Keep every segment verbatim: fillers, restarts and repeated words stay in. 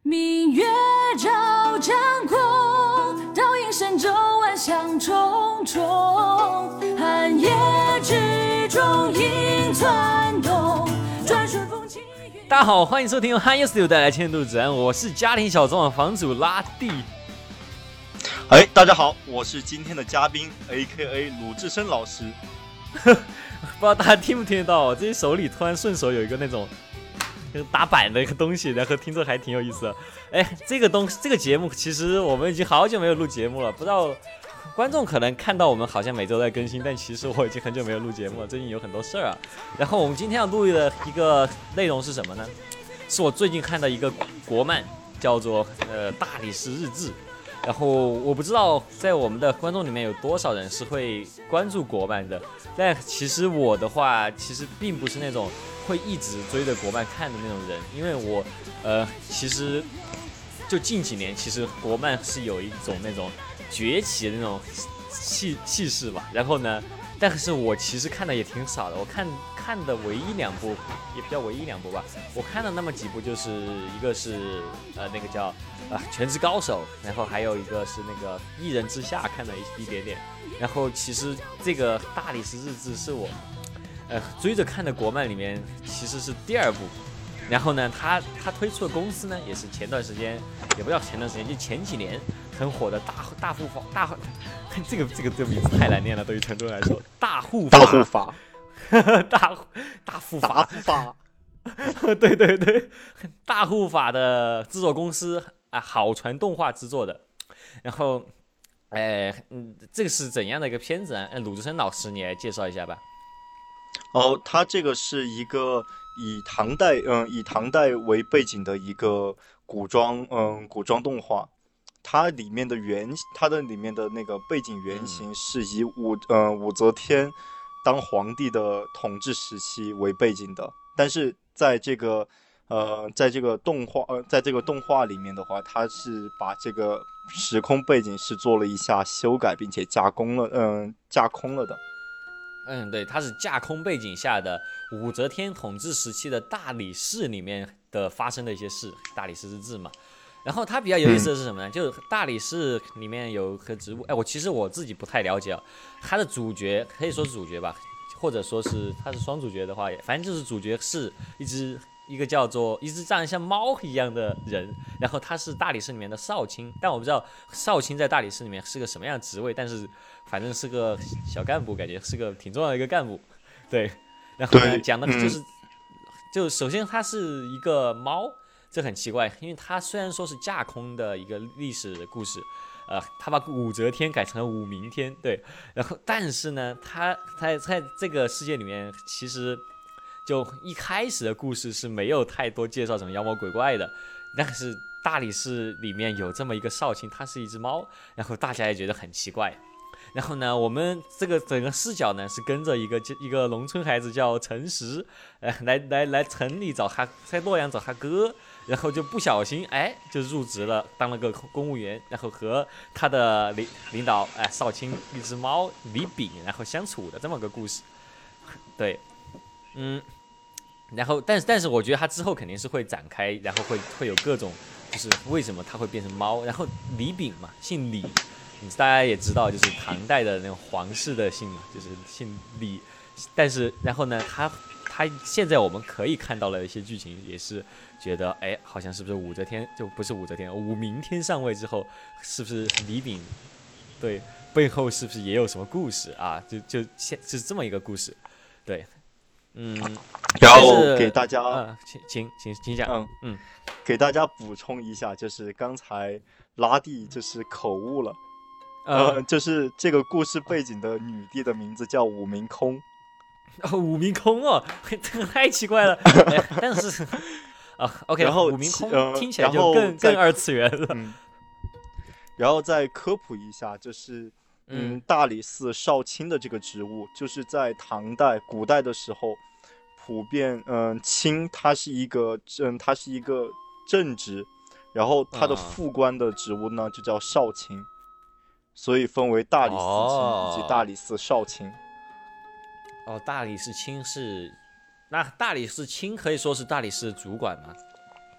明月照江空，倒影神州万象重重。寒夜之中影攒动，转瞬风起云。 大家好，欢迎收听由汉 Studio 带来《千度指南》，我是家庭小众的房主拉蒂。 哎，大家好，我是今天的嘉宾 A K A 鲁智深老师。 不知道大家听不听得到，我自己手里突然顺手有一个那种打板的一个东西，然后听着还挺有意思的。哎，这个东这个节目其实我们已经好久没有录节目了，不知道观众可能看到我们好像每周在更新，但其实我已经很久没有录节目了，最近有很多事儿啊。然后我们今天要录的一个内容是什么呢？是我最近看的一个国漫，叫做呃《大理石日志》。然后我不知道在我们的观众里面有多少人是会关注国漫的，但其实我的话，其实并不是那种会一直追着国漫看的那种人，因为我呃其实就近几年，其实国漫是有一种那种崛起的那种气气势吧。然后呢，但是我其实看的也挺少的，我看看的唯一两部，也比较唯一两部吧。我看了那么几部，就是一个是呃那个叫啊《全职高手》，然后还有一个是那个《一人之下》，看了一一点点。然后其实这个《大理石日志》是我呃追着看的国漫里面其实是第二部。然后呢，他他推出的公司呢，也是前段时间，也不叫前段时间，就前几年很火的大大护法大，这个这个这个名字太难念了，对于成都人来说，大护法大护法， 大大护法， 大护法， 对对对，大护法的制作公司啊，好传动画制作的。然后，哎，嗯，这个是怎样的一个片子啊？鲁智深老师，你来介绍一下吧。 哦，它这个是一个以唐代，嗯，以唐代为背景的一个古装，嗯，古装动画。它里面的原，它的里面的那个背景原型是以武，嗯，武则天当皇帝的统治时期为背景的。但是在这个，呃，在这个动画，呃，在这个动画里面的话，它是把这个时空背景是做了一下修改，并且加工了，嗯，架空了的。 嗯，对，它是架空背景下的武则天统治时期的大理寺里面的发生的一些事，大理寺日志嘛。然后它比较有意思的是什么呢？嗯、就是大理寺里面有棵植物，哎，我其实我自己不太了解啊。它的主角可以说是主角吧，或者说是它是双主角的话，反正就是主角是一只一个叫做一只长得像猫一样的人，然后他是大理寺里面的少卿，但我不知道少卿在大理寺里面是个什么样的职位，但是反正是个小干部，感觉是个挺重要的一个干部，对。然后呢，讲的就是，嗯、就首先它是一个猫。这很奇怪，因为它虽然说是架空的一个历史故事，呃，他把武则天改成了武明天，对，然后但是呢，他在在这个世界里面，其实就一开始的故事是没有太多介绍什么妖魔鬼怪的，但是大理寺里面有这么一个少卿，它是一只猫，然后大家也觉得很奇怪。然后呢，我们这个整个视角呢是跟着一个一个农村孩子叫陈实，呃，来来来城里找他，在洛阳找他哥，然后就不小心哎就入职了，当了个公务员，然后和他的领领导哎少卿一只猫李炳，然后相处的这么个故事。对，嗯，然后但是但是我觉得他之后肯定是会展开，然后会会有各种就是为什么他会变成猫，然后李炳嘛，姓李。大家也知道，就是唐代的那种皇室的姓嘛，就是姓李。但是，然后呢，他他现在我们可以看到了一些剧情，也是觉得，哎，好像是不是武则天就不是武则天，武明天上位之后，是不是李炳？对，背后是不是也有什么故事啊？就就现是这么一个故事，对，嗯。 然后给大家， 嗯，请请请讲， 嗯嗯， 给大家补充一下，就是刚才拉蒂就是口误了。呃，就是这个故事背景的女帝的名字叫武明空。 哦，武明空哦，这个太奇怪了。哎、但是啊 ，OK， 然后武明空听起来就更、呃、更二次元了、 嗯。然后再科普一下，就是嗯，大理寺少卿的这个职务，就是在唐代古代的时候，普遍嗯卿它是一个嗯它是一个正职，然后它的副官的职务呢、嗯、就叫少卿。所以分为大理寺卿以及大理寺少卿。 哦，大理寺卿是，那大理寺卿可以说是大理寺主管吗？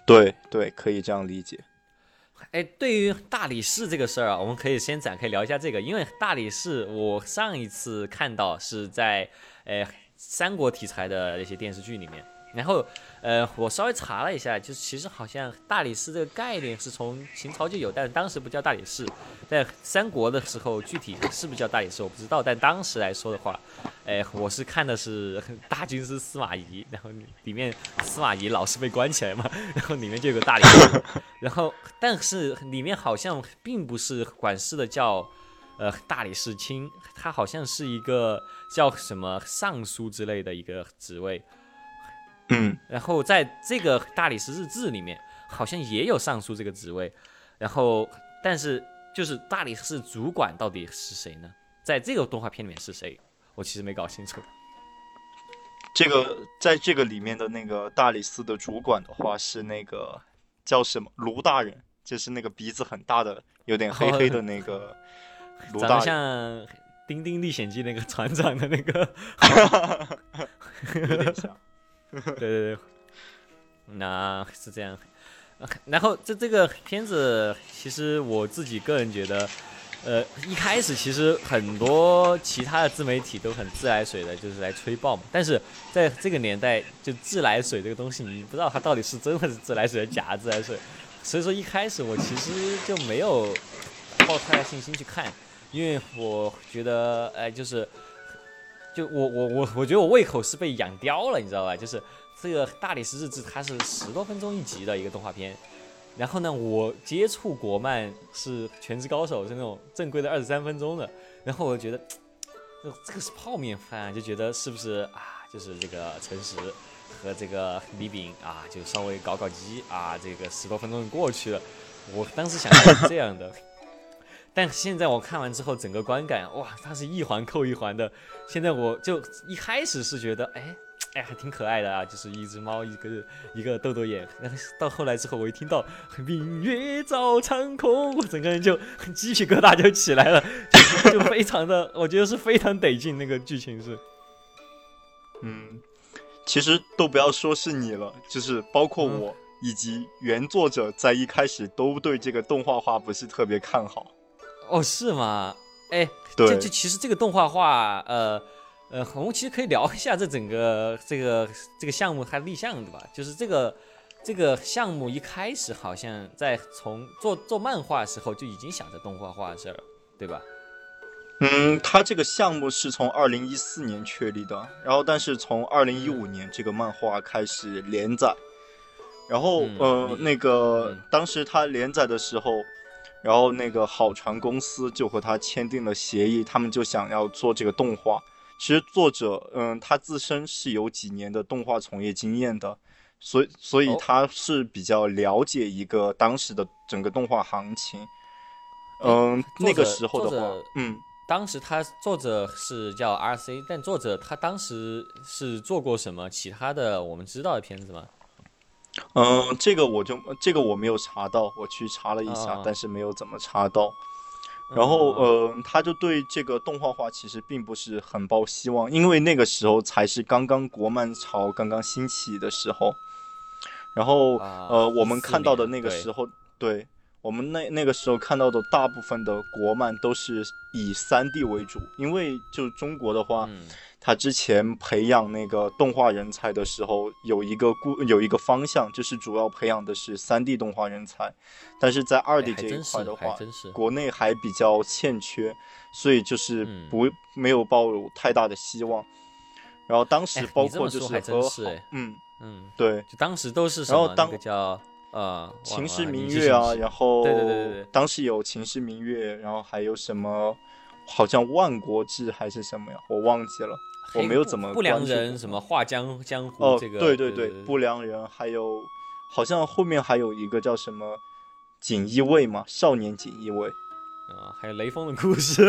对对，可以这样理解。 哎，对于大理寺这个事儿啊，我们可以先展开聊一下这个，因为大理寺我上一次看到是在呃三国题材的那些电视剧里面。然后，呃，我稍微查了一下，就是其实好像大理寺这个概念是从秦朝就有，但是当时不叫大理寺。在三国的时候，具体是不是叫大理寺我不知道，但当时来说的话，哎，我是看的是大军师司马懿，然后里面司马懿老是被关起来嘛，然后里面就有个大理寺，然后但是里面好像并不是管事的叫。呃，大理寺卿，他好像是一个叫什么尚书之类的一个职位。 嗯， 然后在这个大理寺日志里面，好像也有尚书这个职位，然后但是就是大理寺主管到底是谁呢？在这个动画片里面是谁？我其实没搞清楚。 这个在这个里面的那个大理寺的主管的话是那个叫什么卢大人，就是那个鼻子很大的、有点黑黑的那个卢大人， 长得像《丁丁历险记》那个船长的那个， 有点像。 对对对，那是这样。然后这这个片子，其实我自己个人觉得，呃，一开始其实很多其他的自媒体都很自来水的，就是来吹爆嘛。但是在这个年代，就自来水这个东西，你不知道它到底是真的是自来水还是假的自来水。所以说一开始我其实就没有抱太大信心去看，因为我觉得，哎、呃，就是。就我我我我觉得我胃口是被养刁了，你知道吧？就是这个大理寺日志，它是十多分钟一集的一个动画片。然后呢，我接触国漫是全职高手，是那种正规的二十三分钟的。然后我就觉得，这个是泡面番，就觉得是不是啊？就是这个陈实和这个李炳啊，就稍微搞搞基啊，这个十多分钟就过去了。我当时想的是这样的。但现在我看完之后，整个观感哇，它是一环扣一环的。现在我就一开始是觉得，哎哎，还挺可爱的啊，就是一只猫，一个一个豆豆眼。然后到后来之后，我一听到明月照长空，我整个人就鸡皮疙瘩就起来了，就就非常的，我觉得是非常得劲，那个剧情是。 嗯，其实都不要说是你了，就是包括我、嗯、以及原作者在一开始都对这个动画化不是特别看好。 哦，是吗？哎，这这其实这个动画化，呃呃，我们其实可以聊一下这整个这个这个项目它立项对吧？就是这个这个项目一开始好像在从做做漫画的时候就已经想着动画化的事儿，对吧？ 嗯，它这个项目是从二零一四年确立的，然后但是从二零一五年这个漫画开始连载，然后、嗯、呃那个、嗯、当时它连载的时候。然后那个好传公司就和他签订了协议，他们就想要做这个动画。其实作者，嗯，他自身是有几年的动画从业经验的，所以所以他是比较了解一个当时的整个动画行情。嗯，那个时候的话，嗯， 当时他作者是叫 R C， 但作者他当时是做过什么其他的我们知道的片子吗？ 嗯，这个我就这个我没有查到，我去查了一下， 哦、 但是没有怎么查到。然后，呃，他就对这个动画化其实并不是很抱希望，因为那个时候才是刚刚国漫潮刚刚兴起的时候。然后，呃，我们看到的那个时候，对, 对我们那那个时候看到的大部分的国漫都是以 三 D 为主，因为就中国的话。嗯他之前培养那个动画人才的时候，有一个固有一个方向，就是主要培养的是 三 D 动画人才，但是在 二 D 这一块的话，国内还比较欠缺，所以就是不、嗯、没有抱有太大的希望。然后当时包括就是和好，嗯嗯， 对， 就当时都是什么，然后当那个叫呃秦时明月啊，然后对对对对对， 当时有秦时明月，然后还有什么，好像万国志还是什么呀，我忘记了。我没有怎么不良人什么画江江湖哦， 这个对对对， 对对对不良人，还有好像后面还有一个叫什么锦衣卫嘛，少年锦衣卫啊，还有雷锋的故事，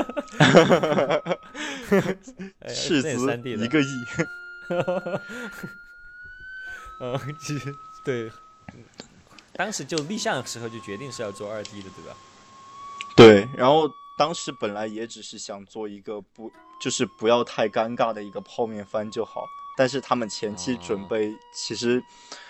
斥资一个亿， 呃，其实对，当时就立项的时候就决定是要做二 D 的，对吧？ 对，然后当时本来也只是想做一个不。就是不要太尴尬的一个泡面番就好，但是他们前期准备其实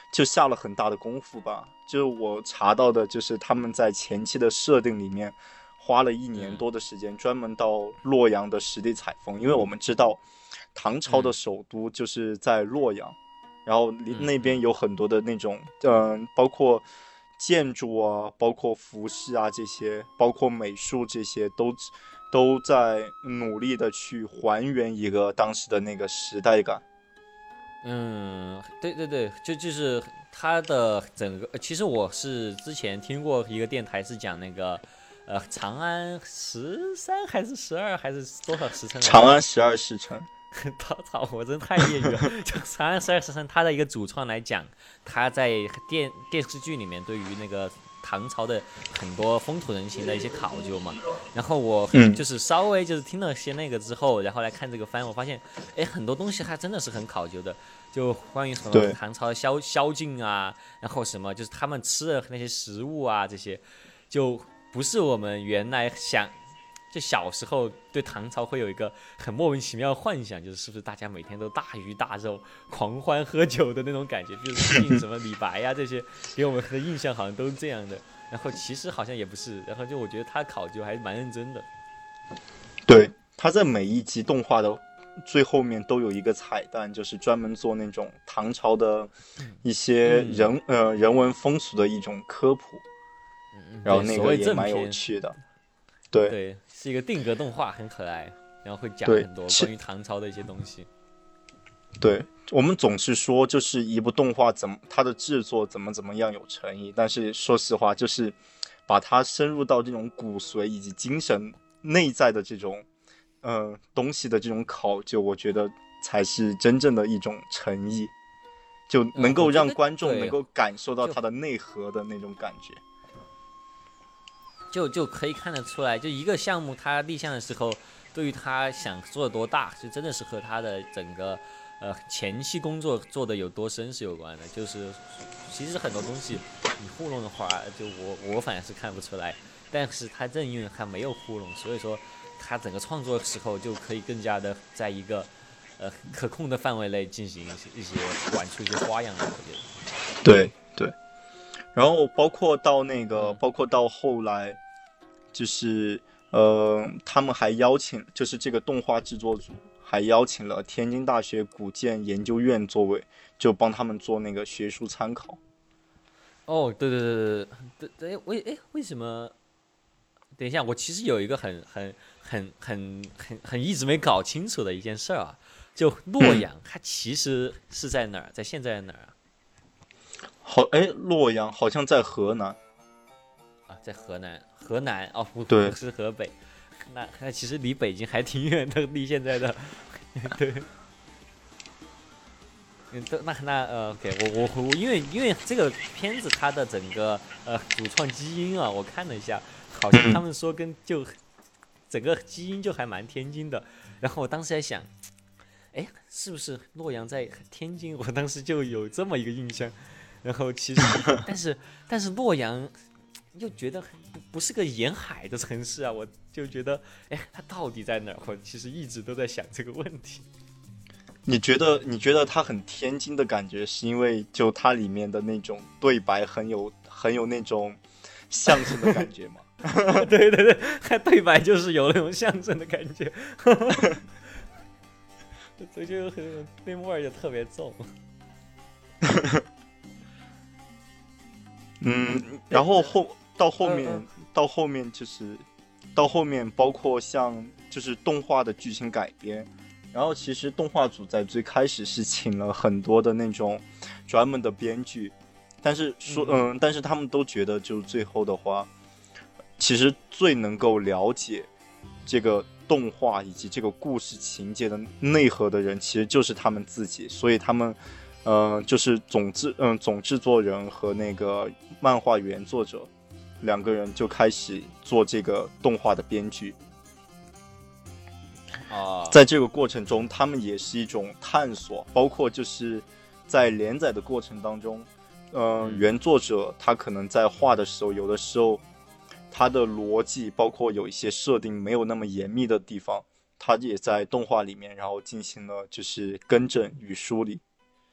就下了很大的功夫吧。就是我查到的，就是他们在前期的设定里面花了一年多的时间，专门到洛阳的实地采风，因为我们知道唐朝的首都就是在洛阳，然后那边有很多的那种，嗯、呃，包括建筑啊，包括服饰啊这些，包括美术这些，都都在努力的去还原一个当时的那个时代感。 嗯，对对对，就就是它的整个，其实我是之前听过一个电台是讲那个，呃，长安十三还是十二还是多少时辰？ 长安十二时辰。 操操，我真太业余了。就长安十二时辰，他的一个主创来讲，他在电电视剧里面对于那个唐朝的很多风土人情的一些考究嘛。然后我就是稍微就是听了些那个之后，然后来看这个番，我发现，哎，很多东西还真的是很考究的。就关于什么唐朝的宵宵禁啊，然后什么就是他们吃的那些食物啊，这些就不是我们原来想。就小时候对唐朝会有一个很莫名其妙的幻想，就是是不是大家每天都大鱼大肉、狂欢喝酒的那种感觉，比如说什么李白呀、啊、这些，给我们的印象好像都是这样的。然后其实好像也不是，然后就我觉得他考究还蛮认真的。 对，他在每一集动画的最后面都有一个彩蛋，就是专门做那种唐朝的一些人、嗯、呃人文风俗的一种科普， 嗯、 然后那个也蛮有趣的。 对, 对，是一个定格动画，很可爱，然后会讲很多关于唐朝的一些东西。 对，我们总是说，就是一部动画怎么它的制作怎么怎么样有诚意，但是说实话，就是把它深入到这种骨髓以及精神内在的这种呃东西的这种考究，我觉得才是真正的一种诚意，就能够让观众能够感受到它的内核的那种感觉。 就就可以看得出来，就一个项目它立项的时候，对于他想做的多大，就真的是和他的整个呃前期工作做的有多深是有关的。就是其实很多东西你糊弄的话，就我我反而是看不出来，但是他正因为他没有糊弄，所以说他整个创作的时候就可以更加的在一个呃可控的范围内进行一些玩出一些花样来。我觉得对对，然后包括到那个，嗯、包括到后来。就是呃，他们还邀请，就是这个动画制作组还邀请了天津大学古建研究院作为，就帮他们做那个学术参考。 哦，对对对对对对，为哎为什么？等一下，我其实有一个很很很很很很一直没搞清楚的一件事啊，就洛阳，嗯、它其实是在哪儿？在现在哪儿啊？ 好，哎，洛阳好像在河南。 啊，在河南，河南哦，不对， 不是河北，那那其实离北京还挺远的，离现在的，对，嗯，那那呃 ，OK， 我我我，因为因为这个片子它的整个呃主创基因啊，我看了一下，好像他们说跟就整个基因就还蛮天津的，然后我当时在想，哎，是不是洛阳在天津？我当时就有这么一个印象，然后其实，但是但是洛阳。又觉得不是个沿海的城市啊，我就觉得，哎，它到底在哪儿？我其实一直都在想这个问题。 你觉得，你觉得它很天津的感觉，是因为就它里面的那种对白很有很有那种相声的感觉吗？ 对对对，它对白就是有那种相声的感觉，所以就很那味儿就特别重。 嗯，然后后。到后面，嗯、到后面就是，到后面包括像就是动画的剧情改编，然后其实动画组在最开始是请了很多的那种专门的编剧，但是说嗯、呃，但是他们都觉得就最后的话，其实最能够了解这个动画以及这个故事情节的内核的人，其实就是他们自己，所以他们呃就是总制嗯、呃、总制作人和那个漫画原作者。两个人就开始做这个动画的编剧， 啊， 在这个过程中，他们也是一种探索，包括就是在连载的过程当中，呃、嗯，原作者他可能在画的时候，有的时候他的逻辑，包括有一些设定没有那么严密的地方，他也在动画里面，然后进行了就是更正与梳理。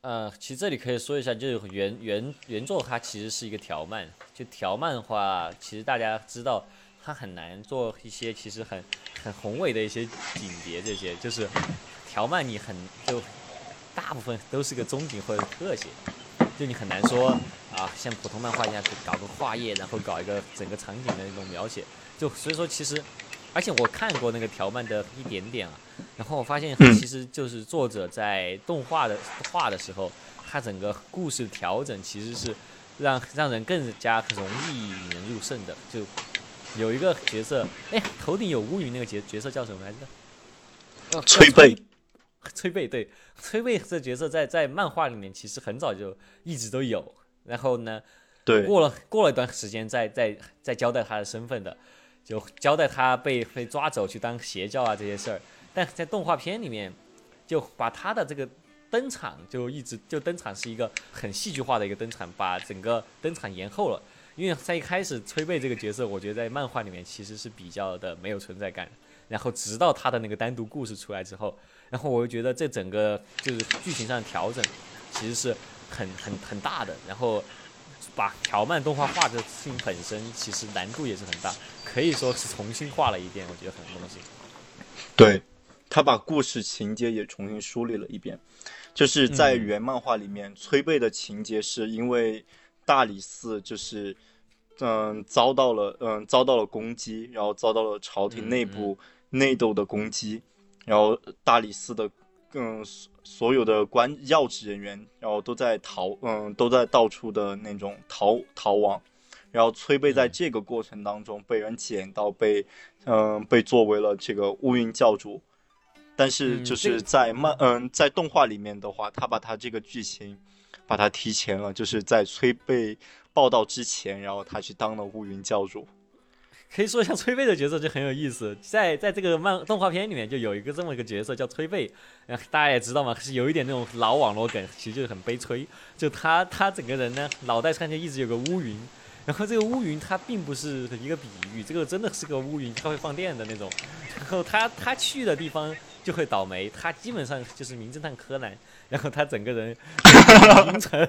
呃，其实这里可以说一下，就是原原原作它其实是一个条漫，就条漫的话，其实大家知道它很难做一些其实很很宏伟的一些景别，这些就是条漫你很就大部分都是个中景或者特写，就你很难说啊像普通漫画一样搞个画页，然后搞一个整个场景的那种描写，就所以说其实。而且我看过那个条漫的一点点啊，然后我发现其实就是作者在动画的画的时候，他整个故事调整其实是让让人更加容易引人入胜的。就有一个角色，哎，头顶有乌云那个角角色叫什么来着？ 崔贝。 崔贝对，崔贝这角色在在漫画里面其实很早就一直都有，然后呢， 对， 过了过了一段时间再再再交代他的身份的。就交代他被被抓走去当邪教啊这些事儿，但在动画片里面，就把他的这个登场就一直就登场是一个很戏剧化的一个登场，把整个登场延后了。因为在一开始崔贝这个角色，我觉得在漫画里面其实是比较的没有存在感，然后直到他的那个单独故事出来之后，然后我就觉得这整个就是剧情上的调整其实是很很很大的，然后。把条漫动画化的事情本身其实难度也是很大，可以说是重新画了一遍，我觉得很多东西。 对，他把故事情节也重新梳理了一遍。就是在原漫画里面，嗯、崔贝的情节是因为大理寺就是嗯遭到了嗯遭到了攻击，然后遭到了朝廷内部内斗的攻击，嗯嗯然后大理寺的嗯。所有的官要职人员，然后都在逃，嗯，都在到处的那种逃逃亡，然后崔贝在这个过程当中被人捡到，被，嗯，被作为了这个乌云教主，但是就是在漫，嗯，在动画里面的话，他把他这个剧情，把它提前了，就是在崔贝报道之前，然后他去当了乌云教主。 可以说一下崔贝的角色就很有意思，在在这个漫动画片里面就有一个这么一个角色叫崔贝，大家也知道嘛，是有一点那种老网络梗，其实就是很悲催。就他他整个人呢，脑袋上就一直有个乌云，然后这个乌云它并不是一个比喻，这个真的是个乌云，它会放电的那种。然后他他去的地方就会倒霉，他基本上就是名侦探柯南。然后他整个人晕沉，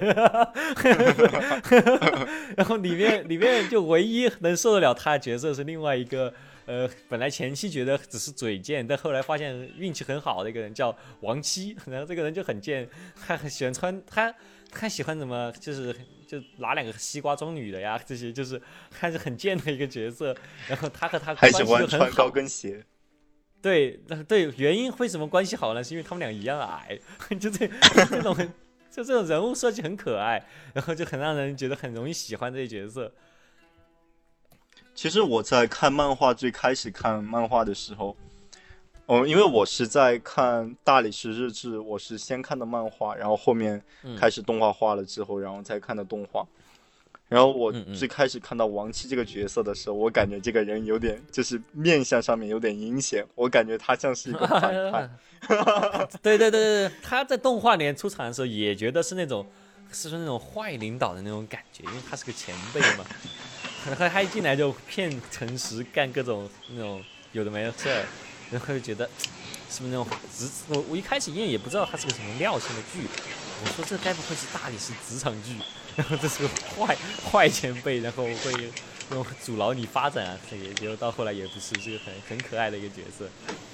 然后里面里面就唯一能受得了他的角色是另外一个呃，本来前期觉得只是嘴贱，但后来发现运气很好的一个人叫王七，然后这个人就很贱，他很喜欢穿他他喜欢什么就是就拿两个西瓜装女的呀，这些就是还是很贱的一个角色。然后他和他关系就很好， 还喜欢穿高跟鞋。 对对，原因为什么关系好呢？是因为他们俩一样矮，就这这种就这种人物设计很可爱，然后就很让人觉得很容易喜欢这些角色。 其实我在看漫画最开始看漫画的时候，哦，因为我是在看《大理石日志》，我是先看的漫画，然后后面开始动画化了之后，嗯、然后再看的动画。然后我最开始看到王七这个角色的时候，我感觉这个人有点就是面相上面有点阴险，我感觉他像是一个反派。 对对对对，他在动画里面出场的时候也觉得是那种是那种坏领导的那种感觉，因为他是个前辈嘛。他他一进来就骗诚实，干各种那种有的没的事儿，然后就觉得是不是那种职我我一开始因为也不知道他是个什么料性的剧，我说这该不会是大理石职场剧？然后这是个坏坏前辈，然后会那种阻挠你发展啊，这也就到后来也不是这个很很可爱的一个角色。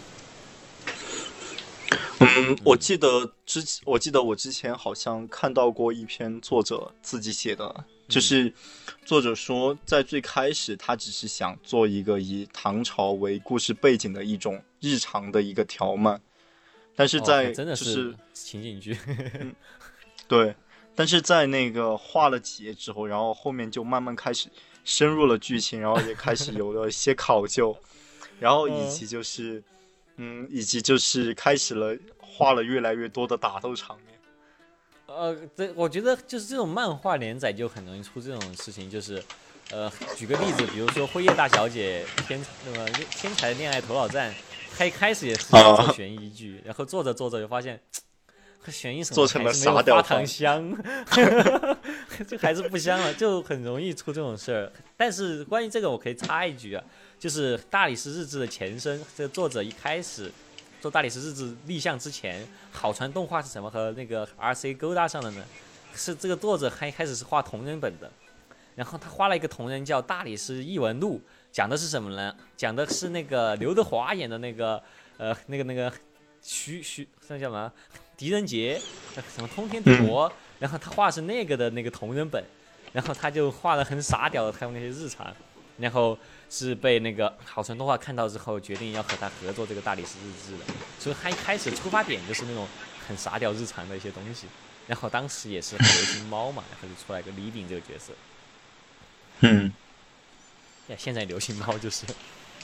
嗯，我记得之我记得我之前好像看到过一篇作者自己写的，就是作者说在最开始他只是想做一个以唐朝为故事背景的一种日常的一个条漫，但是在、 哦、真的是情景剧、 嗯，对。但是在那个画了几页之后，然后后面就慢慢开始深入了剧情，然后也开始有了一些考究，然后以及就是嗯以及就是开始了画了越来越多的打斗场面。 呃，对，我觉得就是这种漫画连载就很容易出这种事情，就是呃，举个例子，比如说《辉夜大小姐》天那么天才恋爱头脑战，它一开始也是做悬疑剧，然后做着做着就发现。悬疑什么做成了沙雕花糖香，就还是不香了，就很容易出这种事儿。但是关于这个，我可以插一句啊，就是《大理石日志》的前身，这个作者一开始做大理石日志立项之前，好传动画是怎么和那个 R C 勾搭上的呢？是这个作者还开始是画同人本的，然后他画了一个同人叫《大理石异闻录》，讲的是什么呢？讲的是那个刘德华演的那个呃那个那个徐徐那叫什么狄仁杰，什么通天帝国，然后他画是那个的那个同人本，然后他就画的很傻屌的他们那些日常，然后是被那个好传动画看到之后，决定要和他合作这个大理石日志的，所以他一开始出发点就是那种很傻屌日常的一些东西。然后当时也是很流行猫嘛，然后就出来一个李炳这个角色。 嗯， 呀，现在流行猫就是。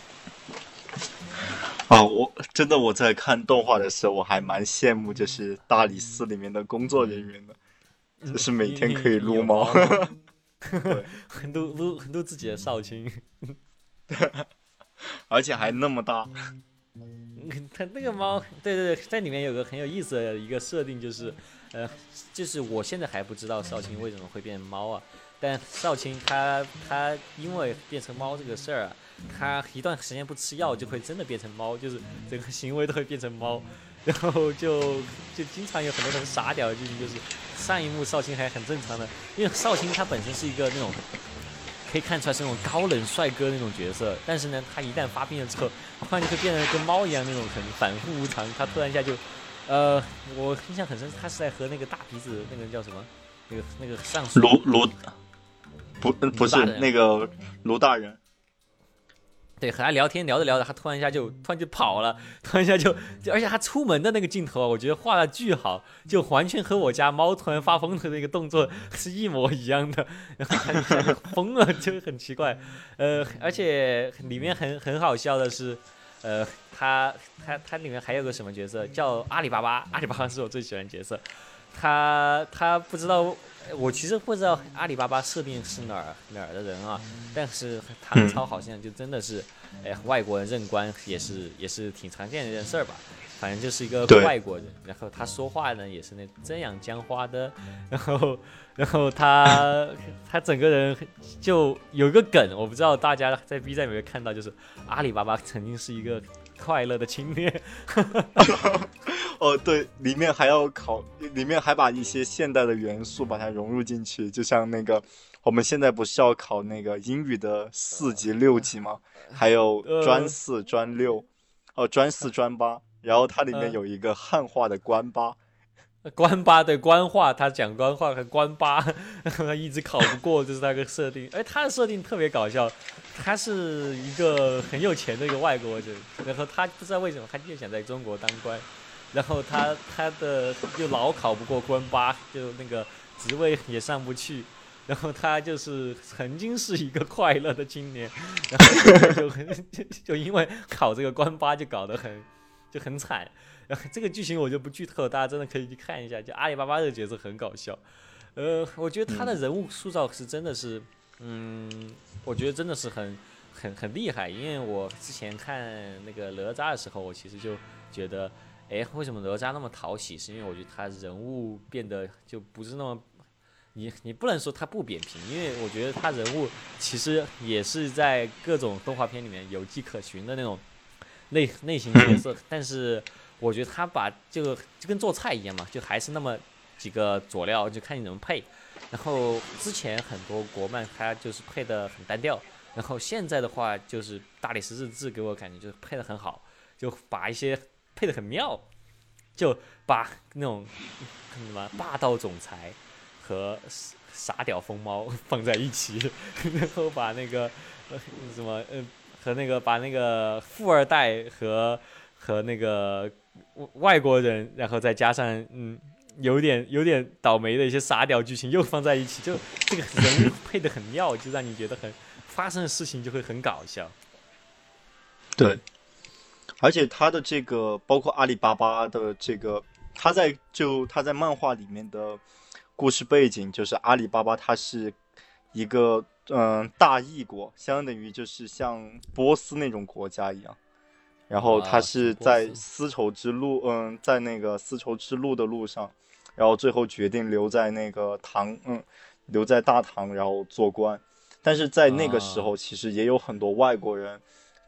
啊，我真的我在看动画的时候，我还蛮羡慕就是大理寺里面的工作人员的， 嗯、 就是每天可以撸猫。对， 很多撸很多自己的少卿。 而且还那么大。 他那个猫，对对对，在里面有个很有意思的一个设定，就是，呃，就是我现在还不知道少卿为什么会变猫啊，但少卿他他因为变成猫这个事儿啊，他一段时间不吃药就会真的变成猫，就是整个行为都会变成猫，然后就就经常有很多人傻屌的剧情，就是上一幕少卿还很正常的，因为少卿他本身是一个那种。可以看出来是那种高冷帅哥那种角色，但是呢，他一旦发病了之后，突然就会变得跟猫一样那种很反复无常。他突然一下就，呃，我印象很深，他是在和那个大鼻子那个人叫什么，那个那个上书卢卢，不不是那个卢大人。 对，和他聊天聊着聊着，他突然一下就突然就跑了，突然一下就，就而且他出门的那个镜头啊，我觉得画的巨好，就完全和我家猫突然发疯的那个动作是一模一样的，然后他一下就疯了，就很奇怪。呃，而且里面很很好笑的是，呃，他他他里面还有个什么角色叫阿里巴巴，阿里巴巴是我最喜欢的角色，他他不知道。我其实不知道阿里巴巴设定是哪儿哪儿的人啊，但是唐朝好像就真的是，哎，外国人任官也是也是挺常见的一件事儿吧。反正就是一个外国人，然后他说话呢也是那这样讲话的，然后然后他他整个人就有一个梗，我不知道大家在 B 站有没有看到，就是阿里巴巴曾经是一个快乐的青年。 哦，对，里面还要考，里面还把一些现代的元素把它融入进去，就像那个我们现在不是要考那个英语的四级、六级吗？还有专四、专六，哦，专四、专八，然后它里面有一个汉化的官八。 官八对官话，他讲官话和官八，他一直考不过，就是那个设定。哎，他的设定特别搞笑，他是一个很有钱的一个外国人，然后他不知道为什么他就想在中国当官，然后他他的就老考不过官八，就那个职位也上不去，然后他就是曾经是一个快乐的青年，然后就就就因为考这个官八就搞得很就很惨。然后这个剧情我就不剧透，大家真的可以去看一下。就阿里巴巴这个角色很搞笑，呃，我觉得他的人物塑造是真的是，嗯，我觉得真的是很很很厉害。因为我之前看那个哪吒的时候，我其实就觉得，哎，为什么哪吒那么讨喜？是因为我觉得他人物变得就不是那么，你你不能说他不扁平，因为我觉得他人物其实也是在各种动画片里面有迹可循的那种类类型角色，但是。我觉得他把这个就跟做菜一样嘛，就还是那么几个佐料，就看你怎么配。然后之前很多国漫它就是配的很单调，然后现在的话就是大理石日志给我感觉就是配的很好，就把一些配的很妙，就把那种什么霸道总裁和傻屌疯猫放在一起，然后把那个呃什么呃和那个把那个富二代和和那个外国人，然后再加上嗯有点有点倒霉的一些傻屌剧情又放在一起，就这个人物配得很妙，就让你觉得很发生的事情就会很搞笑。 对，而且他的这个包括阿里巴巴的这个，他在就他在漫画里面的故事背景就是阿里巴巴，它是一个嗯大异国，相当于就是像波斯那种国家一样。然后他是在丝绸之路，嗯，在那个丝绸之路的路上，然后最后决定留在那个唐，嗯，留在大唐，然后做官。但是在那个时候，其实也有很多外国人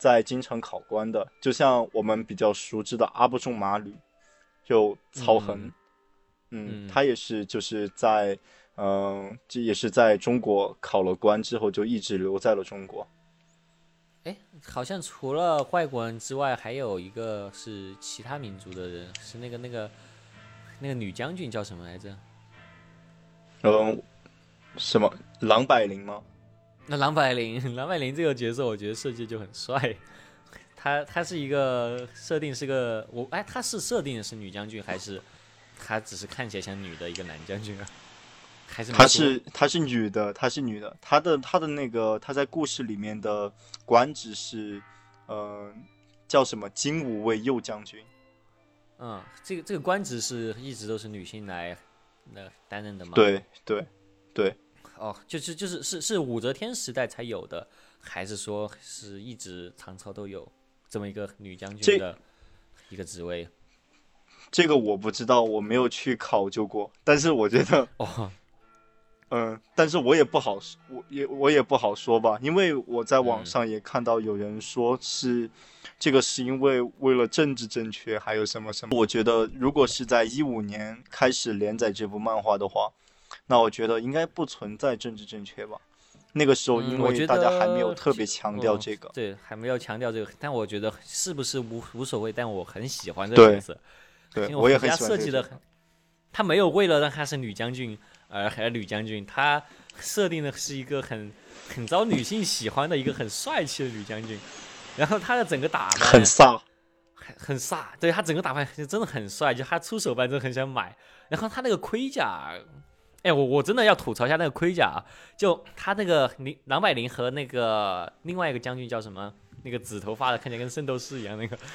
在京城考官的，就像我们比较熟知的阿部仲麻吕，就曹恒， 嗯嗯， 嗯他也是就是在嗯、呃，这也是在中国考了官之后就一直留在了中国。 哎，好像除了外国人之外，还有一个是其他民族的人，是那个那个那个女将军叫什么来着？ 嗯，什么郎百灵吗？ 那郎百灵，郎百灵这个角色，我觉得设计就很帅。他他是一个设定是个我哎，他是设定的是女将军，还是他只是看起来像女的一个男将军啊？还是她是她是女的，她是女的，她的她的那个她在故事里面的官职是，呃，叫什么金吾卫右将军。 嗯，这个这个官职是一直都是女性来那担任的吗？ 对对对。 哦，就是就是是是武则天时代才有的，还是说是一直唐朝都有这么一个女将军的一个职位？ 这个我不知道，我没有去考究过，但是我觉得， 哦， 嗯，但是我也不好，我也我也不好说吧，因为我在网上也看到有人说是、嗯、这个是因为为了政治正确，还有什么什么。我觉得如果是在一五年开始连载这部漫画的话，那我觉得应该不存在政治正确吧。那个时候因为大家还没有特别强调这个， 嗯、对，还没有强调这个，但我觉得是不是无无所谓，但我很喜欢这个角色。 对，对我也很喜欢设计的，他没有为了让她是女将军而而女将军，他设定的是一个很很招女性喜欢的一个很帅气的女将军，然后她的整个打扮很飒， 很很飒，对她整个打扮真的很帅，就她出手办真的很想买，然后她那个盔甲。哎，我我真的要吐槽一下那个盔甲，就他那个郎百灵和那个另外一个将军叫什么？那个紫头发的，看起来跟圣斗士一样那个。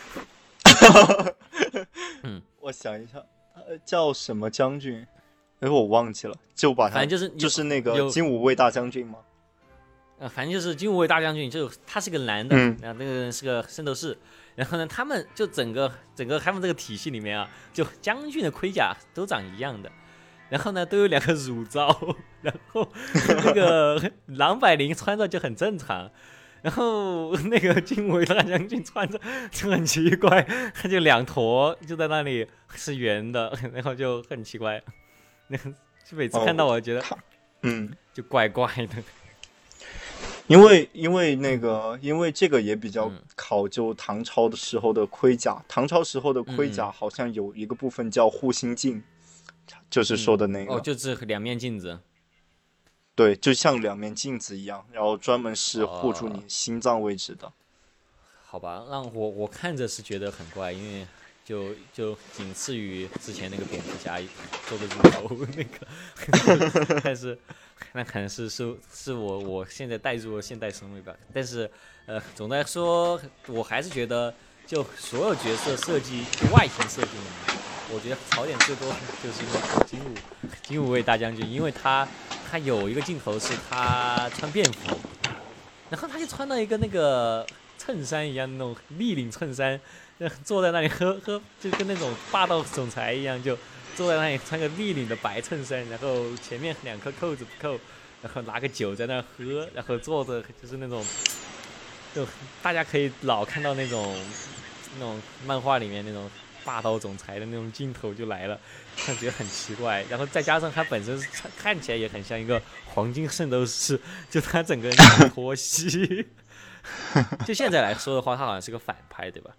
嗯，我想一下，呃，叫什么将军？哎，我忘记了，就把他， 反正就是就是那个金吾卫大将军吗？ 呃，反正就是金吾卫大将军，就他是个男的， 嗯， 然后那个人是个圣斗士，然后呢，他们就整个整个他们这个体系里面啊，就将军的盔甲都长一样的。然后呢，都有两个乳罩，然后那个郎百灵穿着就很正常，然后那个金吾卫大将军穿着就很奇怪，他就两坨就在那里是圆的，然后就很奇怪，那就每次看到我觉得， 哦、嗯， 就怪怪的。 因为因为那个因为这个也比较考究唐朝的时候的盔甲，嗯、唐朝时候的盔甲好像有一个部分叫护心镜。就是说的那个、 嗯、哦，就是两面镜子， 对，就像两面镜子一样，然后专门是护住你心脏位置的。哦、 好吧，让我我看着是觉得很怪，因为就就仅次于之前那个蝙蝠侠做的乳头那个，但是那可能是是是我我现在带入了现代审美吧。但是呃，总的来说，我还是觉得就所有角色设计外形设计嘛。我觉得槽点最多就是那个金吾金吾卫大将军，因为他他有一个镜头是他穿便服，然后他就穿到一个那个衬衫一样那种立领衬衫，坐在那里喝喝，就跟那种霸道总裁一样，就坐在那里穿个立领的白衬衫，然后前面两颗扣子不扣，然后拿个酒在那喝，然后坐着就是那种，就大家可以老看到那种那种漫画里面那种。霸道总裁的那种镜头就来了，感觉很奇怪。然后再加上他本身看起来也很像一个黄金圣斗士，就他整个人脱西。就现在来说的话，他好像是个反派，对吧？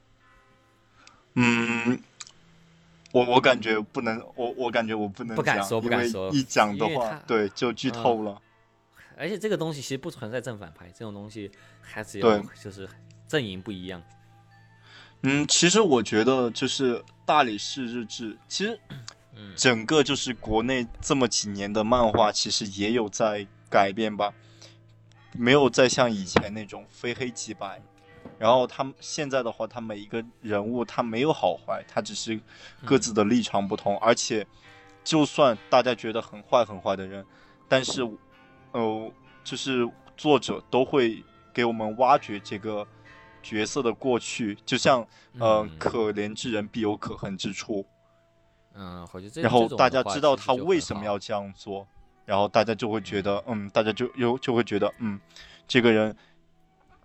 嗯，我我感觉不能，我我感觉我不能不敢说，不敢说， 一讲的话，对，就剧透了、 嗯。而且这个东西其实不存在正反派，这种东西还只有就是阵营不一样。 嗯，其实我觉得就是大理寺日志，其实整个就是国内这么几年的漫画，其实也有在改变吧，没有再像以前那种非黑即白。然后他们现在的话，他每一个人物他没有好坏，他只是各自的立场不同，而且就算大家觉得很坏很坏的人，但是呃，就是作者都会给我们挖掘这个角色的过去，就像呃、嗯，可怜之人必有可恨之处。 嗯，我觉得这然后大家知道他为什么要这样做，然后大家就会觉得，嗯，大家就又就会觉得，嗯，这个人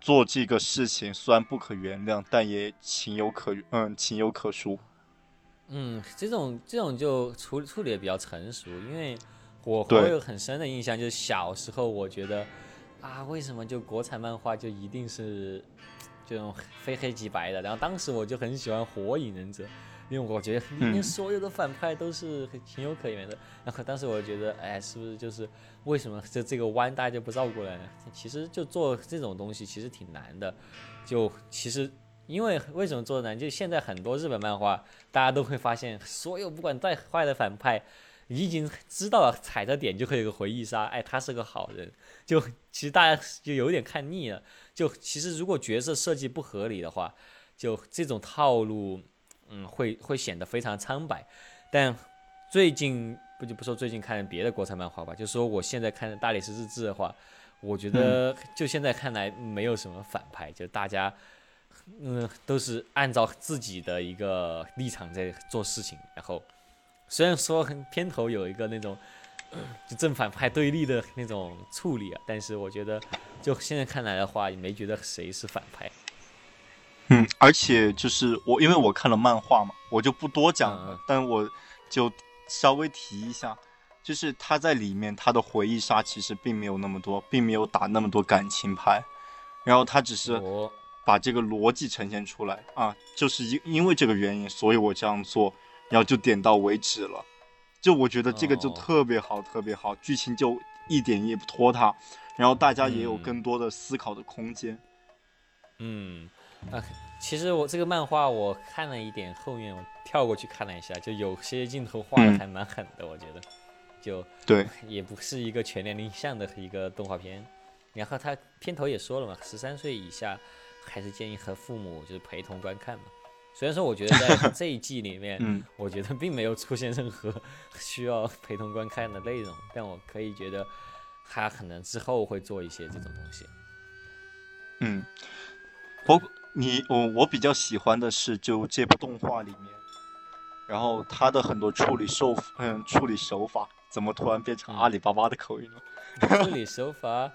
做这个事情虽然不可原谅，但也情有可嗯情有可原。 嗯，这种这种就处处理的比较成熟，因为我我对有很深的印象，就是小时候我觉得啊，为什么就国产漫画就一定是这种非黑即白的？然后当时我就很喜欢《火影忍者》，因为我觉得里面所有的反派都是情有可原的。然后当时我觉得，哎，是不是就是为什么这这个弯大家就不绕过来呢？其实就做这种东西其实挺难的，就其实。因为为什么做难？就现在很多日本漫画，大家都会发现，所有不管再坏的反派，你已经知道了踩着点就会有个回忆杀，哎，他是个好人。就其实大家就有点看腻了。就其实如果角色设计不合理的话，就这种套路，嗯，会会显得非常苍白。但最近不就不说最近看别的国产漫画吧，就说我现在看《大理石日志》的话，我觉得就现在看来没有什么反派，就大家。嗯，都是按照自己的一个立场在做事情。然后，虽然说片头有一个那种就正反派对立的那种处理啊，但是我觉得就现在看来的话，也没觉得谁是反派。 嗯，而且就是我，因为我看了漫画嘛，我就不多讲了， 嗯、 但我就稍微提一下，就是他在里面他的回忆杀其实并没有那么多，并没有打那么多感情牌，然后他只是。 哦把这个逻辑呈现出来啊，就是因因为这个原因，所以我这样做，然后就点到为止了。就我觉得这个就特别好，哦、特别好，剧情就一点也不拖沓，然后大家也有更多的思考的空间。 嗯，啊，其实我这个漫画我看了一点，后面我跳过去看了一下，就有些镜头画的还蛮狠的，嗯、我觉得，就对， 也不是一个全年龄向的一个动画片。然后他片头也说了嘛，十三岁以下。还是建议和父母就是陪同观看嘛。虽然说我觉得在这一季里面， 嗯， 我觉得并没有出现任何需要陪同观看的内容，但我可以觉得他可能之后会做一些这种东西。 嗯，我你我我比较喜欢的是就这部动画里面，然后他的很多处理手嗯处理手法，怎么突然变成阿里巴巴的口音了？ 处理手法。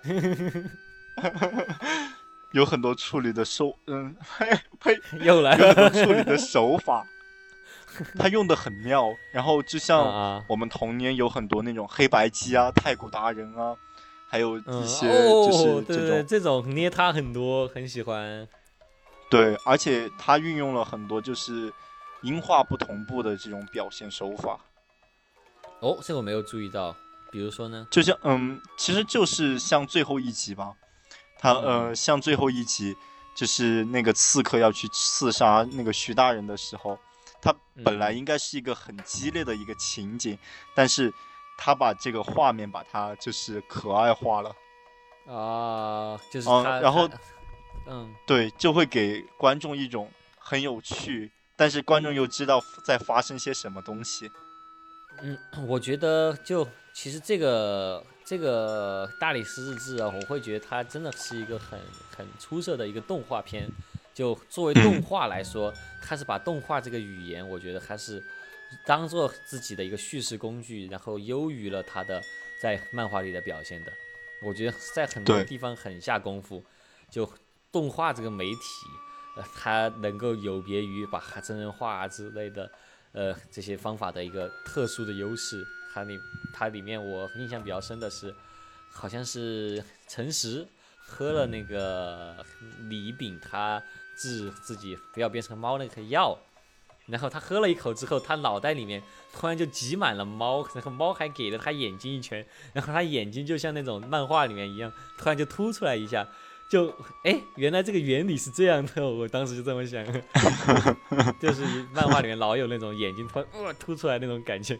有很多处理的手，嗯，呸呸， 又来了， 有很多处理的手法，他用的很妙。然后就像我们童年有很多那种黑白机啊、太鼓达人啊，还有一些就是这种、 嗯哦、对对这种捏他很多，很喜欢。 对，而且他运用了很多就是音画不同步的这种表现手法。 哦，这个我没有注意到，比如说呢？ 就像嗯，其实就是像最后一集吧。他呃，像最后一集，就是那个刺客要去刺杀那个徐大人的时候，他本来应该是一个很激烈的一个情景，嗯、但是他把这个画面把它就是可爱化了啊，就是他、 嗯，然后嗯， 对，就会给观众一种很有趣，但是观众又知道在发生些什么东西。 嗯，我觉得就其实这个。这个大理石日志啊，我会觉得它真的是一个很很出色的一个动画片。就作为动画来说，它是把动画这个语言，我觉得它是当做自己的一个叙事工具，然后优于了它的在漫画里的表现的。我觉得在很多地方很下功夫。就动画这个媒体，呃，它能够有别于把它真人化之类的，呃，这些方法的一个特殊的优势。它里它里面我印象比较深的是，好像是陈实喝了那个李炳他治自己不要变成猫那个药，然后他喝了一口之后，他脑袋里面突然就挤满了猫，然后猫还给了他眼睛一拳，然后他眼睛就像那种漫画里面一样，突然就凸出来一下，就哎，原来这个原理是这样的，我当时就这么想，就是漫画里面老有那种眼睛突然、呃、凸出来那种感觉。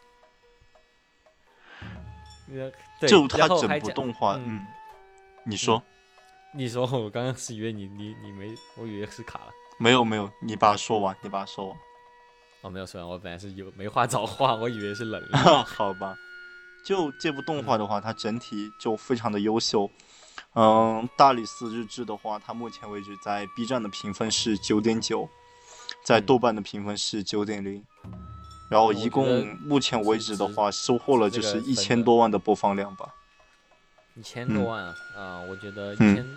就他整部动画，嗯，嗯你说、 嗯，你说，我刚刚是以为你你你没，我以为是卡了。 没有没有，你把它说完，你把它说完。 哦，没有说完，我本来是有没话找话，我以为是冷了。 好吧，就这部动画的话，它整体就非常的优秀。嗯，大理寺日志的话，它目前为止在 B 站的评分是九点九，在豆瓣的评分是九点零。然后一共目前为止的话，收获了就是一千多万的播放量吧。 一千多万啊！啊、嗯呃，我觉得一千，哎、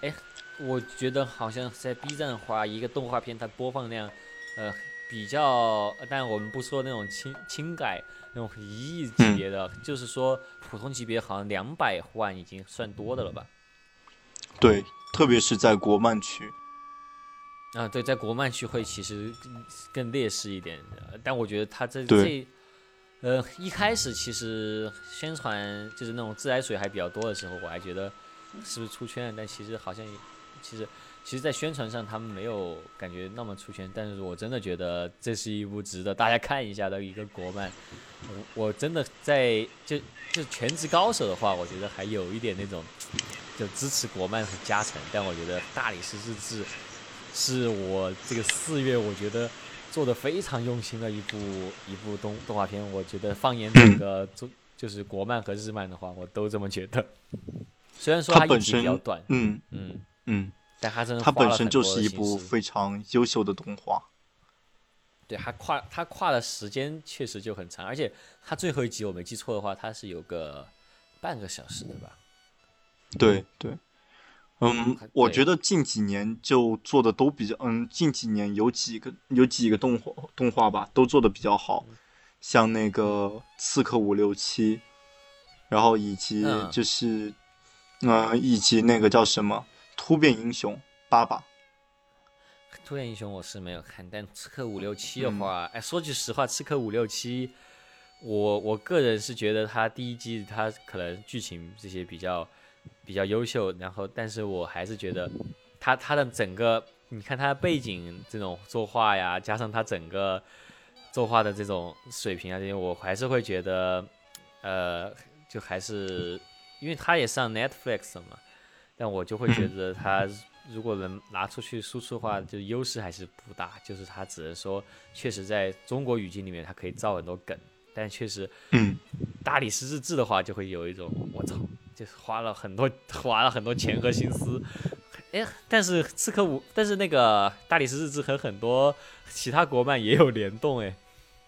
哎，我觉得好像在 B 站的话，一个动画片它播放量，呃，比较，但我们不说那种轻轻改那种一亿级别的，嗯、就是说普通级别好像两百万已经算多的了吧？ 对，特别是在国漫区。 啊，对，在国漫区会其实更劣势一点，但我觉得他这这，呃，一开始其实宣传就是那种自来水还比较多的时候，我还觉得是不是出圈了，但其实好像其实其实，在宣传上他们没有感觉那么出圈，但是我真的觉得这是一部值得大家看一下的一个国漫。我我真的在就就全职高手的话，我觉得还有一点那种就支持国漫和加成，但我觉得大理石日志。是我这个四月我觉得做的非常用心的一部一部动动画片，我觉得放眼整个就就是国漫和日漫的话，我都这么觉得。虽然说它一集比较短， 嗯嗯嗯， 但它真的它本身就是一部非常优秀的动画。 对，它跨它跨的时间确实就很长，而且它最后一集我没记错的话，它是有个半个小时的吧？ 对对。嗯，我觉得近几年就做的都比较，嗯，近几年有几个有几个动画动画吧，都做的比较好，像那个《刺客伍六七》，然后以及就是，嗯、呃，以及那个叫什么《突变英雄爸爸》。 突变英雄我是没有看，但《刺客伍六七》的话，哎、嗯，说句实话，《刺客伍六七》，我我个人是觉得它第一季它可能剧情这些比较。比较优秀，然后但是我还是觉得他他的整个，你看他背景这种作画呀，加上他整个作画的这种水平啊，这些我还是会觉得，呃，就还是因为他也上 Netflix 嘛，但我就会觉得他如果能拿出去输出的话，就优势还是不大，就是他只能说确实在中国语境里面，他可以造很多梗，但确实， 嗯， 大理石日志的话就会有一种我操。就是花了很多花了很多钱和心思，哎，但是刺客伍，但是那个大理石日志和很多其他国漫也有联动，哎。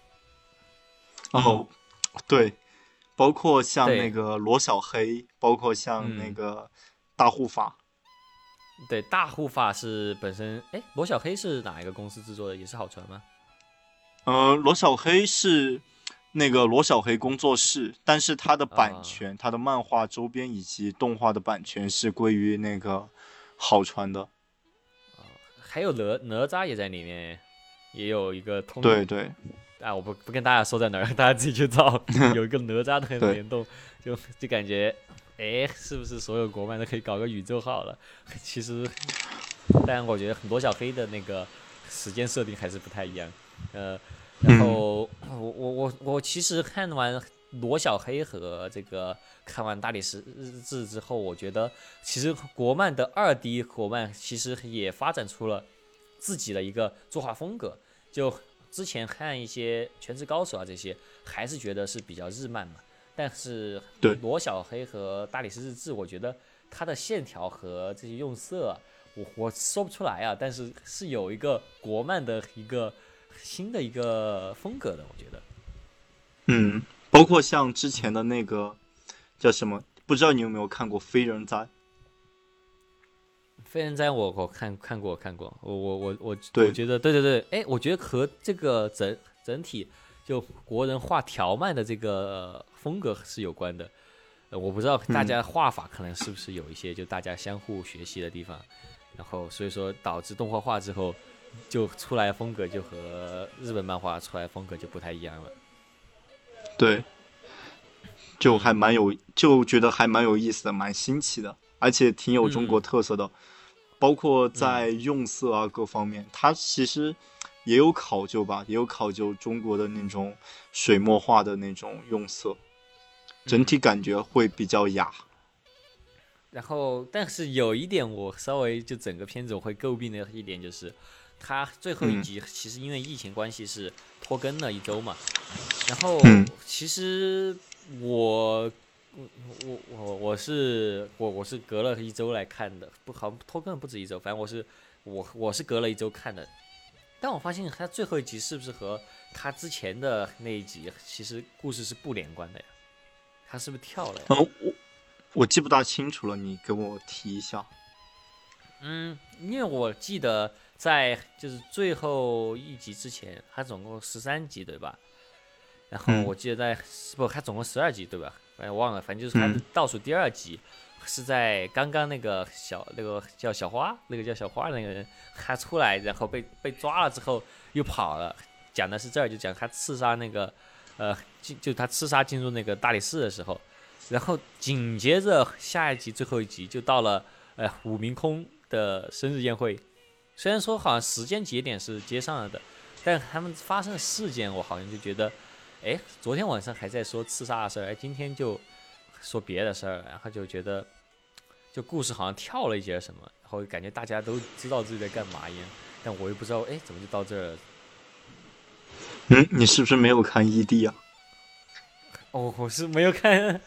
哦，对，包括像那个罗小黑，包括像那个大护法。 嗯、对，大护法是本身，哎，罗小黑是哪一个公司制作的？也是好传吗？ 呃，罗小黑是。那个罗小黑工作室，但是它的版权、它、啊、的漫画周边以及动画的版权是归于那个好传的。 哦，还有哪哪吒也在里面，也有一个通。 对对。 啊，我不不跟大家说在哪儿，大家自己去找。有一个哪吒的联动，就就感觉，哎，是不是所有国漫都可以搞个宇宙号了？其实，但我觉得很多小黑的那个时间设定还是不太一样，呃。然后我我我我其实看完罗小黑和这个看完大理石日志之后，我觉得其实国漫的二 D 国漫其实也发展出了自己的一个作画风格。就之前看一些全职高手啊这些，还是觉得是比较日漫嘛。但是罗小黑和大理石日志，我觉得它的线条和这些用色，我我说不出来啊，但是是有一个国漫的一个。新的一个风格的，我觉得， 嗯，包括像之前的那个叫什么，不知道你有没有看过《飞人哉》？ 飞人哉我我看看过看过，我我我我我觉得对对对，哎，我觉得和这个整整体就国人画条漫的这个风格是有关的。呃，我不知道大家画法可能是不是有一些就大家相互学习的地方，然后所以说导致动画化之后。就出来风格就和日本漫画出来风格就不太一样了， 对，就还蛮有，就觉得还蛮有意思的，蛮新奇的，而且挺有中国特色的，嗯、包括在用色啊各方面，它其实也有考究吧，也有考究中国的那种水墨画的那种用色，整体感觉会比较雅。嗯、 然后，但是有一点我稍微就整个片子我会诟病的一点就是。他最后一集其实因为疫情关系是拖更了一周嘛，然后其实我我我我是我我是隔了一周来看的，不好拖更不止一周，反正我是我我是隔了一周看的，但我发现他最后一集是不是和他之前的那一集其实故事是不连贯的呀？他是不是跳了呀？ 哦，我我记不大清楚了，你跟我提一下。 嗯，因为我记得在就是最后一集之前，它总共十三集对吧？然后我记得在、嗯、不，它总共十二集对吧？反正忘了，反正就是它的倒数第二集、嗯、是在刚刚那个小那个叫小花，那个叫小花那个人他出来，然后被被抓了之后又跑了。讲的是这儿，就讲他刺杀那个呃，就他刺杀进入那个大理寺的时候，然后紧接着下一集最后一集就到了呃武明空的生日宴会。虽然说好像时间节点是接上了的，但他们发生的事件，我好像就觉得，哎，昨天晚上还在说刺杀的事儿，哎，今天就说别的事儿，然后就觉得，就故事好像跳了一节什么，然后感觉大家都知道自己在干嘛一样，但我又不知道，哎，怎么就到这儿了？ 嗯，你是不是没有看 E D 啊？ 哦，我是没有看。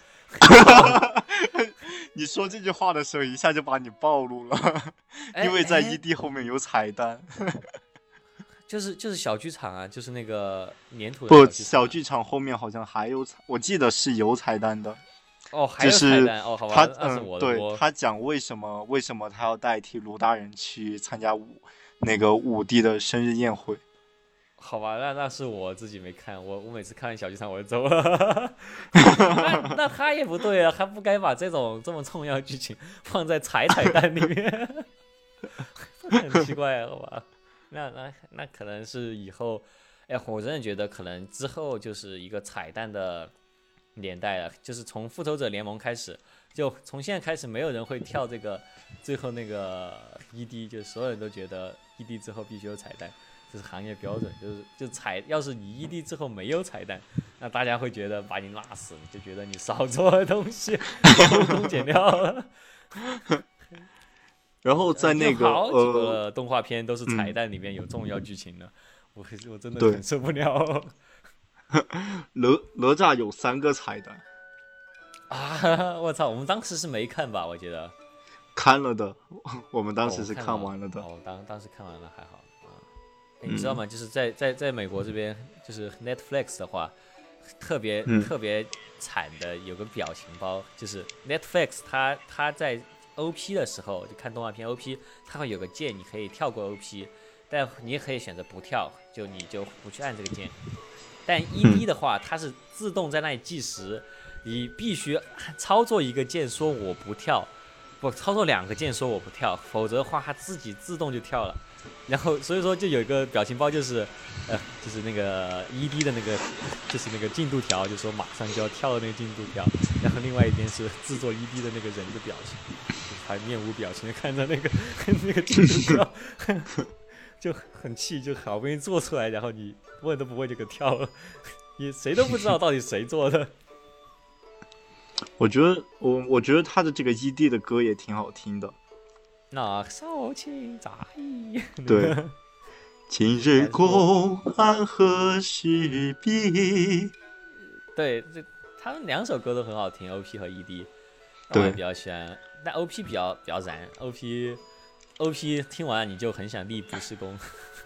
你说这句话的时候，一下就把你暴露了，因为在 E D 后面有彩蛋。 就是就是小剧场啊，就是那个粘土的不， 小剧场、啊、 小剧场后面好像还有彩，我记得是有彩蛋的。 哦，还有彩蛋、就是、哦，好吧， 他那是我的对他讲为什么为什么他要代替卢大人去参加武那个武帝的生日宴会。 好吧，那那是我自己没看，我我每次看小剧场我就走了。那那他也不对啊，他不该把这种这么重要的剧情放在彩彩蛋里面，很奇怪，好吧？那那那可能是以后，哎，我真的觉得可能之后就是一个彩蛋的年代了，就是从复仇者联盟开始，就从现在开始，没有人会跳这个最后那个 E D， 就所有人都觉得 E D 之后必须有彩蛋。这是行业标准，就是就彩，要是你 E D 之后没有彩蛋，那大家会觉得把你辣死，就觉得你少做的东西，偷工减料了。 然后在那个好几个动画片都是彩蛋里面有重要剧情的，呃、我我真的很受不了。 哪哪吒有三个彩蛋啊！我操，我们当时是没看吧？我记得看了的，我们当时是看完了的。 哦，哦当当时看完了还好。你知道吗？就是在在在美国这边，就是 Netflix 的话，特别、嗯、特别惨的有个表情包，就是 Netflix 它它在 O P 的时候，就看动画片 O P， 它会有个键，你可以跳过 O P， 但你也可以选择不跳，就你就不去按这个键。但 E D 的话，它是自动在那里计时，你必须操作一个键说我不跳，不操作两个键说我不跳，否则的话它自己自动就跳了。然后所以说就有一个表情包，就是呃就是那个 E D 的那个就是那个进度条，就说马上就要跳的那个进度条，然后另外一边是制作 E D 的那个人的表情，还面无表情的看着那个那个进度条，就很气，就好不容易做出来，然后你问都不问就给跳了，也谁都不知道到底谁做的。 我觉得我我觉得他的这个 E D 的歌也挺好听的。 那少卿在意， 对，今日公安何时毕？ 对，这他们两首歌都很好听 ，O P 和 E D， 我也比较喜欢。但 O P 比较比较燃 ，O P O P 听完你就很想立不是功。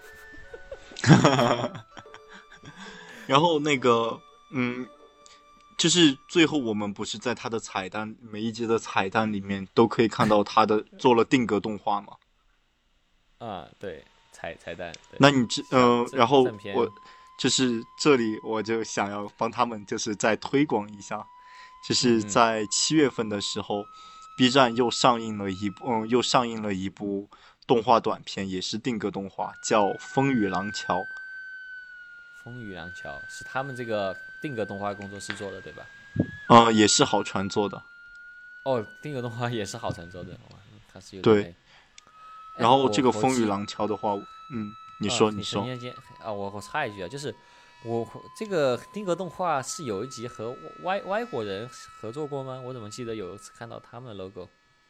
然后那个，嗯。就是最后我们不是在他的彩蛋每一集的彩蛋里面都可以看到他的做了定格动画吗？ 啊，对，彩彩蛋。 那你这呃，然后我就是这里我就想要帮他们就是再推广一下，就是在七月份的时候、嗯、，B 站又上映了一部嗯又上映了一部动画短片，也是定格动画，叫《风雨廊桥》。 风雨廊桥是他们这个定格动画工作室做的，对吧？ 呃，也是好传做的。 哦，定格动画也是好传做的，哇，它是有对。然后这个风雨廊桥的话，嗯，你说、呃、 你说。 你啊，我我插一句啊，就是我这个定格动画是有一集和外外国人合作过吗？我怎么记得有一次看到他们的 logo？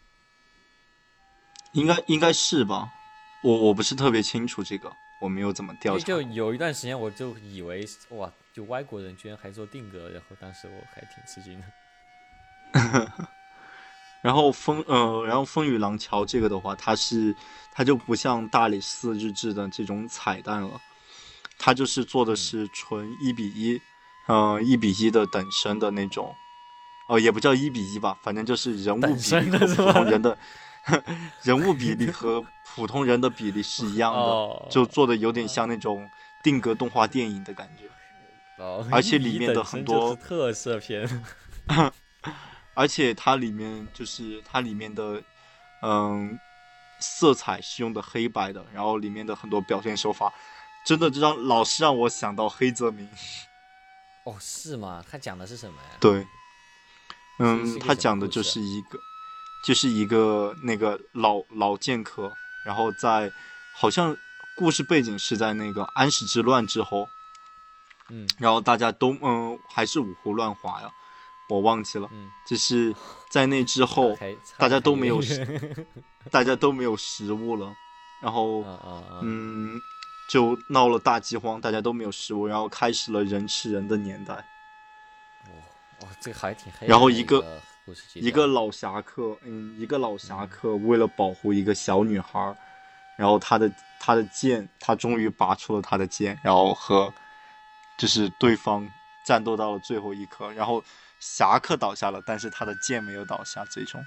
应该应该是吧，我我不是特别清楚这个。我没有怎么调查， 就有一段时间我就以为哇，就外国人居然还做定格，然后当时我还挺吃惊的。 然后风呃，然后风雨廊桥这个的话，它是它就不像大理寺日志的这种彩蛋了，它就是做的是纯一比一，呃一比一的等身的那种，哦、呃、也不叫一比一吧，反正就是人物比例和普通人的人物比例和普通人的比例是一样的， 哦、 就做的有点像那种定格动画电影的感觉。 哦， 而且里面的很多特色片， 而且它里面就是它里面的，嗯，色彩是用的黑白的，然后里面的很多表现手法，真的让老是让我想到黑泽明。 哦，是吗？他讲的是什么呀？ 对，嗯，他讲的就是一个，就是一个那个老老剑客，然后在好像故事背景是在那个安史之乱之后。 嗯， 然后大家都嗯还是五胡乱华呀，我忘记了。 嗯， 就是在那之后，大家都没有大家都没有食物了，然后嗯就闹了大饥荒，大家都没有食物，然后开始了人吃人的年代。 哇、哦，这个还挺黑。 然后一个一个老侠客，嗯，一个老侠客为了保护一个小女孩，然后他的他的剑，他终于拔出了他的剑，然后和。就是对方战斗到了最后一刻，然后侠客倒下了，但是他的剑没有倒下，最终。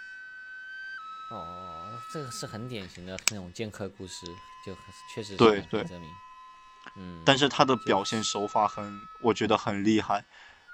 哦，这个是很典型的那种剑客故事，就确实是对对， 嗯。 但是他的表现手法很，我觉得很厉害，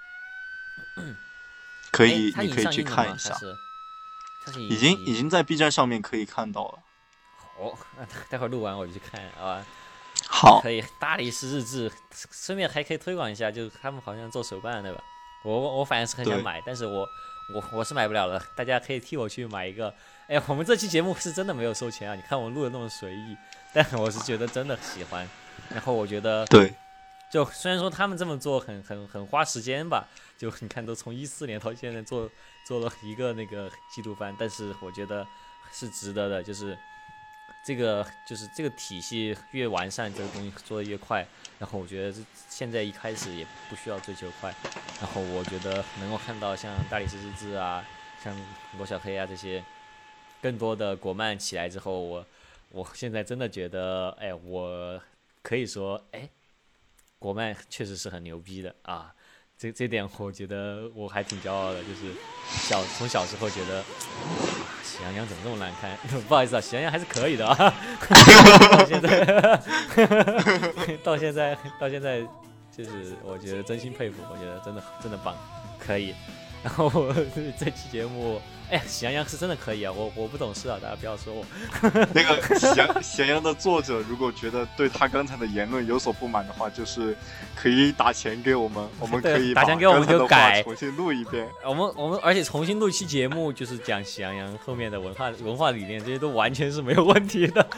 可以，你可以去看一下。已经已经在 B 站上面可以看到了。 哦，那待会儿录完我就去看啊。 好， 可以，大理石日志，顺便还可以推广一下，就是他们好像做手办对吧？我我反正是很想买，但是我我我是买不了了，大家可以替我去买一个。哎，我们这期节目是真的没有收钱啊，你看我录的那么随意，但我是觉得真的喜欢。然后我觉得， 对， 就虽然说他们这么做很很很花时间吧，就你看都从一四年到现在做做了一个那个纪录番，但是我觉得是值得的，就是。这个就是这个体系越完善，这个东西做得越快。然后我觉得现在一开始也不需要追求快。然后我觉得能够看到像大理石日志啊，像罗小黑啊这些更多的国漫起来之后，我我现在真的觉得，哎，我可以说，哎，国漫确实是很牛逼的啊。这这点我觉得我还挺骄傲的，就是小从小时候觉得。喜羊羊怎么这么难看？不好意思啊，喜羊羊还是可以的啊。到现在，到现在，到现在，就是我觉得真心佩服，我觉得真的真的棒，可以。然后我这期节目，哎呀，喜羊羊是真的可以啊，我我不懂事啊，大家不要说我。 那个喜羊喜羊羊的作者，如果觉得对他刚才的言论有所不满的话，就是可以打钱给我们，我们可以打钱给我们就改， 重新录一遍。 我们我们而且重新录期节目，就是讲喜羊羊后面的文化文化理念，这些都完全是没有问题的。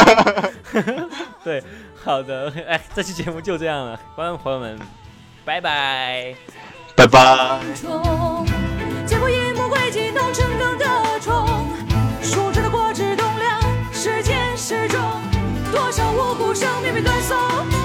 对，好的，哎，这期节目就这样了，观众朋友们，拜拜。 拜拜。 结果一幕轨迹弄成更的虫，树枝的果汁冻凉，时间时钟，多少无辜生命被断送。